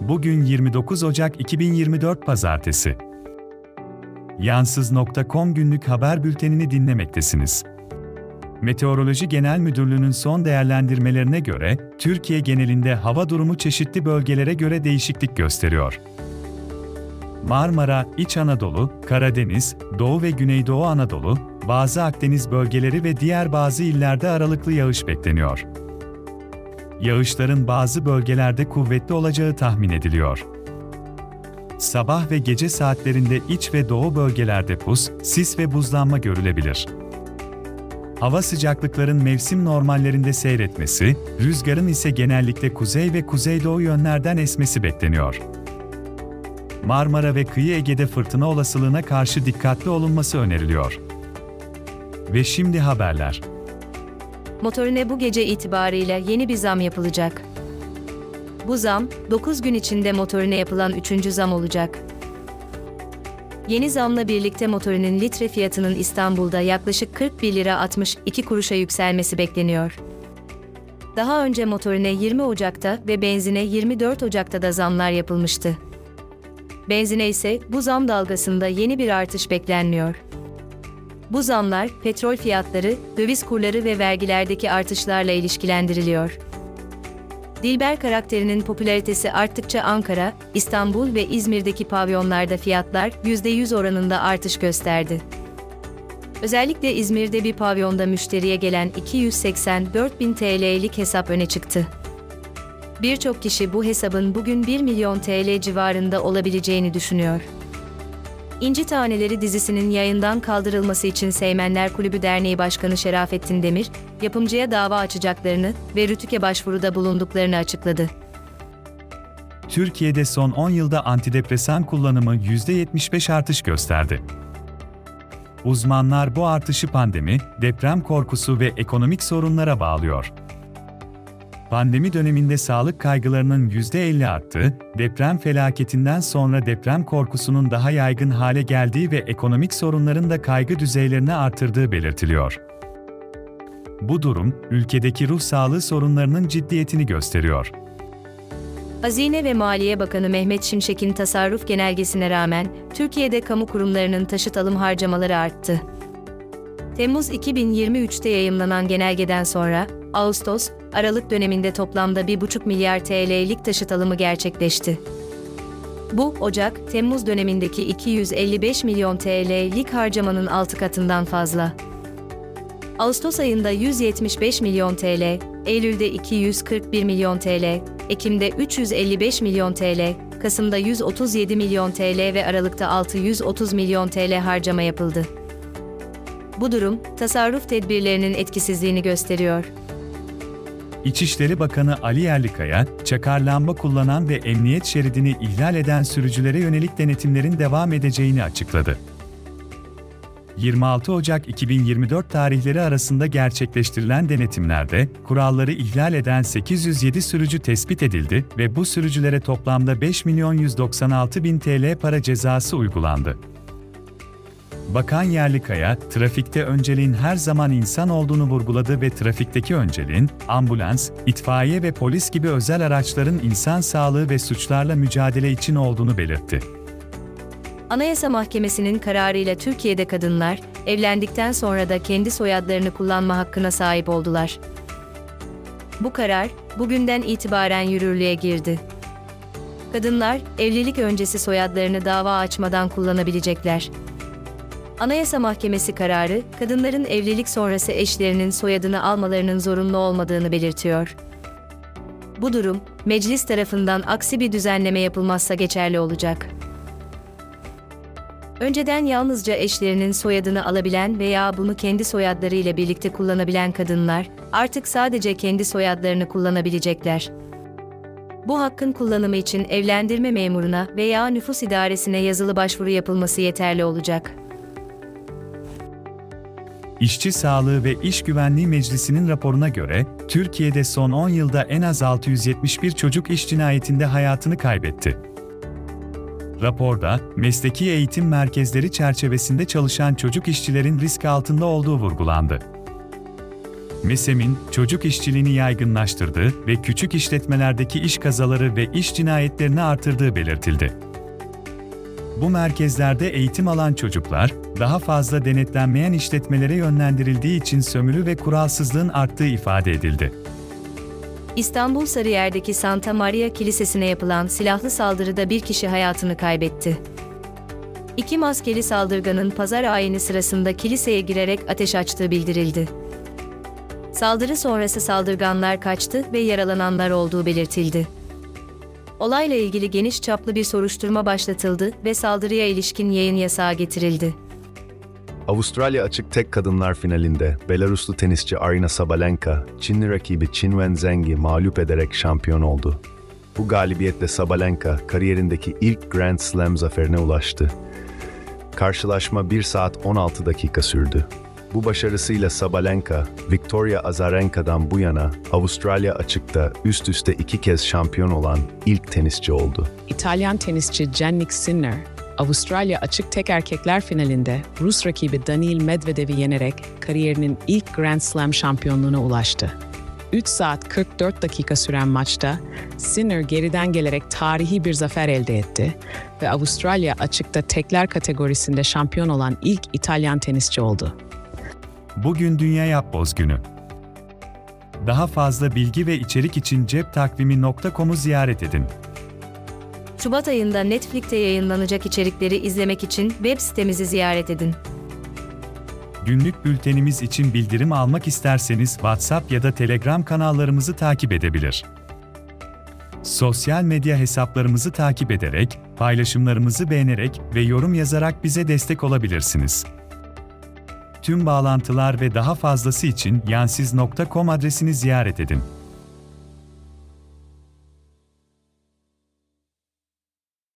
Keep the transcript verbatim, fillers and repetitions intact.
Bugün yirmi dokuz Ocak iki bin yirmi dört Pazartesi. Yansız nokta com günlük haber bültenini dinlemektesiniz. Meteoroloji Genel Müdürlüğü'nün son değerlendirmelerine göre, Türkiye genelinde hava durumu çeşitli bölgelere göre değişiklik gösteriyor. Marmara, İç Anadolu, Karadeniz, Doğu ve Güneydoğu Anadolu, bazı Akdeniz bölgeleri ve diğer bazı illerde aralıklı yağış bekleniyor. Yağışların bazı bölgelerde kuvvetli olacağı tahmin ediliyor. Sabah ve gece saatlerinde iç ve doğu bölgelerde pus, sis ve buzlanma görülebilir. Hava sıcaklıkların mevsim normallerinde seyretmesi, rüzgarın ise genellikle kuzey ve kuzeydoğu yönlerden esmesi bekleniyor. Marmara ve kıyı Ege'de fırtına olasılığına karşı dikkatli olunması öneriliyor. Ve şimdi haberler. Motorine bu gece itibariyle yeni bir zam yapılacak. Bu zam, dokuz gün içinde motorine yapılan üçüncü zam olacak. Yeni zamla birlikte motorinin litre fiyatının İstanbul'da yaklaşık kırk bir lira altmış iki kuruşa yükselmesi bekleniyor. Daha önce motorine yirmi Ocak'ta ve benzine yirmi dört Ocak'ta da zamlar yapılmıştı. Benzine ise bu zam dalgasında yeni bir artış beklenmiyor. Bu zamlar, petrol fiyatları, döviz kurları ve vergilerdeki artışlarla ilişkilendiriliyor. Dilber karakterinin popülaritesi arttıkça Ankara, İstanbul ve İzmir'deki pavyonlarda fiyatlar yüzde yüz oranında artış gösterdi. Özellikle İzmir'de bir pavyonda müşteriye gelen iki yüz seksen dört bin T L'lik hesap öne çıktı. Birçok kişi bu hesabın bugün bir milyon T L civarında olabileceğini düşünüyor. İnci Taneleri dizisinin yayından kaldırılması için Seymenler Kulübü Derneği Başkanı Şerafettin Demir, yapımcıya dava açacaklarını ve RTÜK'e başvuruda bulunduklarını açıkladı. Türkiye'de son on yılda antidepresan kullanımı yüzde yetmiş beş artış gösterdi. Uzmanlar bu artışı pandemi, deprem korkusu ve ekonomik sorunlara bağlıyor. Pandemi döneminde sağlık kaygılarının yüzde elli arttığı, deprem felaketinden sonra deprem korkusunun daha yaygın hale geldiği ve ekonomik sorunların da kaygı düzeylerini artırdığı belirtiliyor. Bu durum, ülkedeki ruh sağlığı sorunlarının ciddiyetini gösteriyor. Hazine ve Maliye Bakanı Mehmet Şimşek'in tasarruf genelgesine rağmen, Türkiye'de kamu kurumlarının taşıt alım harcamaları arttı. Temmuz iki bin yirmi üç'te yayımlanan genelgeden sonra, Ağustos, Aralık döneminde toplamda bir buçuk milyar T L'lik taşıt alımı gerçekleşti. Bu, Ocak-Temmuz dönemindeki iki yüz elli beş milyon T L'lik harcamanın altı katından fazla. Ağustos ayında yüz yetmiş beş milyon T L, Eylül'de iki yüz kırk bir milyon T L, Ekim'de üç yüz elli beş milyon T L, Kasım'da yüz otuz yedi milyon T L ve Aralık'ta altı yüz otuz milyon T L harcama yapıldı. Bu durum, tasarruf tedbirlerinin etkisizliğini gösteriyor. İçişleri Bakanı Ali Yerlikaya, çakar lamba kullanan ve emniyet şeridini ihlal eden sürücülere yönelik denetimlerin devam edeceğini açıkladı. yirmi altı Ocak iki bin yirmi dört tarihleri arasında gerçekleştirilen denetimlerde, kuralları ihlal eden sekiz yüz yedi sürücü tespit edildi ve bu sürücülere toplamda beş milyon yüz doksan altı bin T L para cezası uygulandı. Bakan Yerlikaya, trafikte önceliğin her zaman insan olduğunu vurguladı ve trafikteki önceliğin, ambulans, itfaiye ve polis gibi özel araçların insan sağlığı ve suçlarla mücadele için olduğunu belirtti. Anayasa Mahkemesi'nin kararıyla Türkiye'de kadınlar, evlendikten sonra da kendi soyadlarını kullanma hakkına sahip oldular. Bu karar, bugünden itibaren yürürlüğe girdi. Kadınlar, evlilik öncesi soyadlarını dava açmadan kullanabilecekler. Anayasa Mahkemesi kararı, kadınların evlilik sonrası eşlerinin soyadını almalarının zorunlu olmadığını belirtiyor. Bu durum, meclis tarafından aksi bir düzenleme yapılmazsa geçerli olacak. Önceden yalnızca eşlerinin soyadını alabilen veya bunu kendi soyadlarıyla birlikte kullanabilen kadınlar, artık sadece kendi soyadlarını kullanabilecekler. Bu hakkın kullanımı için evlendirme memuruna veya nüfus idaresine yazılı başvuru yapılması yeterli olacak. İşçi Sağlığı ve İş Güvenliği Meclisi'nin raporuna göre, Türkiye'de son on yılda en az altı yüz yetmiş bir çocuk iş cinayetinde hayatını kaybetti. Raporda, mesleki eğitim merkezleri çerçevesinde çalışan çocuk işçilerin risk altında olduğu vurgulandı. MESEM'in çocuk işçiliğini yaygınlaştırdığı ve küçük işletmelerdeki iş kazaları ve iş cinayetlerini artırdığı belirtildi. Bu merkezlerde eğitim alan çocuklar, daha fazla denetlenmeyen işletmelere yönlendirildiği için sömürü ve kuralsızlığın arttığı ifade edildi. İstanbul Sarıyer'deki Santa Maria Kilisesi'ne yapılan silahlı saldırıda bir kişi hayatını kaybetti. İki maskeli saldırganın pazar ayini sırasında kiliseye girerek ateş açtığı bildirildi. Saldırı sonrası saldırganlar kaçtı ve yaralananlar olduğu belirtildi. Olayla ilgili geniş çaplı bir soruşturma başlatıldı ve saldırıya ilişkin yayın yasağı getirildi. Avustralya Açık Tek Kadınlar Finalinde Belaruslu tenisçi Aryna Sabalenka, Çinli rakibi Qinwen Zheng'i mağlup ederek şampiyon oldu. Bu galibiyetle Sabalenka, kariyerindeki ilk Grand Slam zaferine ulaştı. Karşılaşma bir saat on altı dakika sürdü. Bu başarısıyla Sabalenka, Victoria Azarenka'dan bu yana Avustralya Açık'ta üst üste iki kez şampiyon olan ilk tenisçi oldu. İtalyan tenisçi Jannik Sinner, Avustralya Açık Tek Erkekler Finalinde Rus rakibi Daniil Medvedev'i yenerek kariyerinin ilk Grand Slam şampiyonluğuna ulaştı. üç saat kırk dört dakika süren maçta Sinner geriden gelerek tarihi bir zafer elde etti ve Avustralya Açık'ta tekler kategorisinde şampiyon olan ilk İtalyan tenisçi oldu. Bugün Dünya Yapboz Günü. Daha fazla bilgi ve içerik için ceptakvimi nokta com'u ziyaret edin. Şubat ayında Netflix'te yayınlanacak içerikleri izlemek için web sitemizi ziyaret edin. Günlük bültenimiz için bildirim almak isterseniz WhatsApp ya da Telegram kanallarımızı takip edebilir. Sosyal medya hesaplarımızı takip ederek, paylaşımlarımızı beğenerek ve yorum yazarak bize destek olabilirsiniz. Tüm bağlantılar ve daha fazlası için yansiz nokta com adresini ziyaret edin.